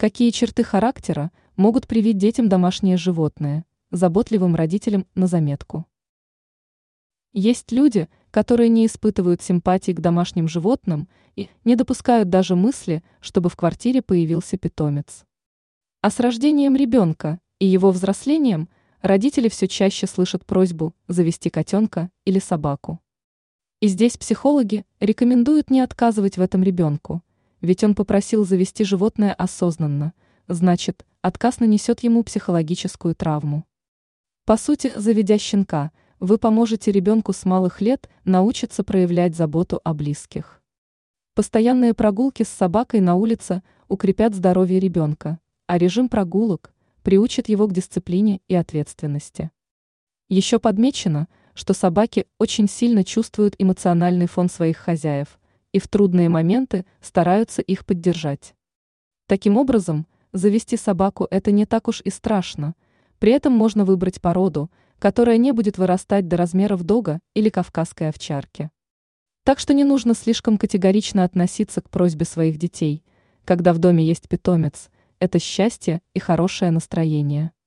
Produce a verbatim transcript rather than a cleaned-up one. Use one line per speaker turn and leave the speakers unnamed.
Какие черты характера могут привить детям домашние животные, заботливым родителям на заметку. Есть люди, которые не испытывают симпатии к домашним животным и не допускают даже мысли, чтобы в квартире появился питомец. А с рождением ребенка и его взрослением родители все чаще слышат просьбу завести котенка или собаку. И здесь психологи рекомендуют не отказывать в этом ребенку, ведь он попросил завести животное осознанно, значит, отказ нанесет ему психологическую травму. По сути, заведя щенка, вы поможете ребенку с малых лет научиться проявлять заботу о близких. Постоянные прогулки с собакой на улице укрепят здоровье ребенка, а режим прогулок приучит его к дисциплине и ответственности. Еще подмечено, что собаки очень сильно чувствуют эмоциональный фон своих хозяев и в трудные моменты стараются их поддержать. Таким образом, завести собаку – это не так уж и страшно, при этом можно выбрать породу, которая не будет вырастать до размеров дога или кавказской овчарки. Так что не нужно слишком категорично относиться к просьбе своих детей, когда в доме есть питомец – это счастье и хорошее настроение.